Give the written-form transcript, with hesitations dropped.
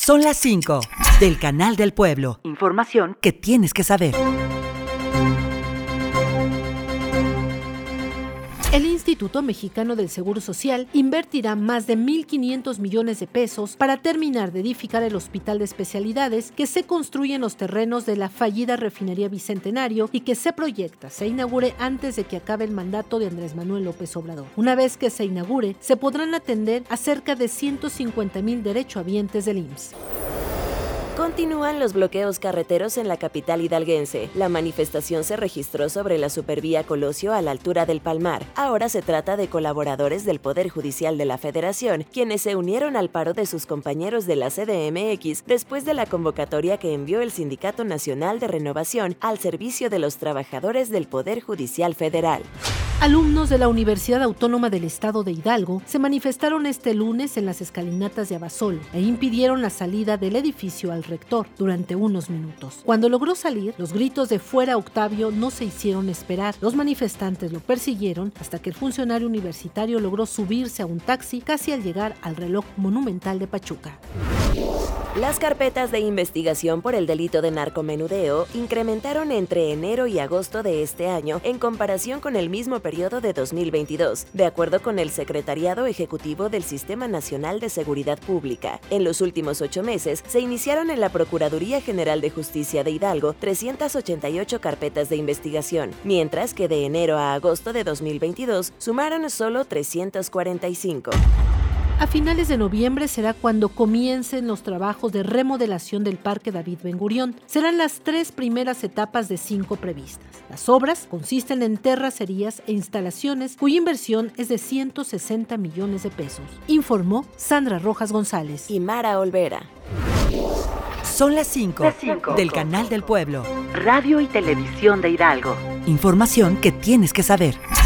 Son las 5 del Canal del Pueblo. Información que tienes que saber. El Instituto Mexicano del Seguro Social invertirá más de 1.500 millones de pesos para terminar de edificar el hospital de especialidades que se construye en los terrenos de la fallida refinería Bicentenario y que se proyecta se inaugure antes de que acabe el mandato de Andrés Manuel López Obrador. Una vez que se inaugure, se podrán atender a cerca de 150,000 derechohabientes del IMSS. Continúan los bloqueos carreteros en la capital hidalguense. La manifestación se registró sobre la supervía Colosio a la altura del Palmar. Ahora se trata de colaboradores del Poder Judicial de la Federación, quienes se unieron al paro de sus compañeros de la CDMX después de la convocatoria que envió el Sindicato Nacional de Renovación al servicio de los trabajadores del Poder Judicial Federal. Alumnos de la Universidad Autónoma del Estado de Hidalgo se manifestaron este lunes en las escalinatas de Abasolo e impidieron la salida del edificio al rector durante unos minutos. Cuando logró salir, los gritos de "fuera Octavio" no se hicieron esperar. Los manifestantes lo persiguieron hasta que el funcionario universitario logró subirse a un taxi casi al llegar al reloj monumental de Pachuca. Las carpetas de investigación por el delito de narcomenudeo incrementaron entre enero y agosto de este año en comparación con el mismo periodo de 2022, de acuerdo con el Secretariado Ejecutivo del Sistema Nacional de Seguridad Pública. En los últimos 8 meses se iniciaron en la Procuraduría General de Justicia de Hidalgo 388 carpetas de investigación, mientras que de enero a agosto de 2022 sumaron solo 345. A finales de noviembre será cuando comiencen los trabajos de remodelación del Parque David Ben Gurión. Serán las 3 primeras etapas de 5 previstas. Las obras consisten en terracerías e instalaciones cuya inversión es de 160 millones de pesos, informó Sandra Rojas González y Mara Olvera. Son las 5 del Canal del Pueblo. Radio y Televisión de Hidalgo. Información que tienes que saber.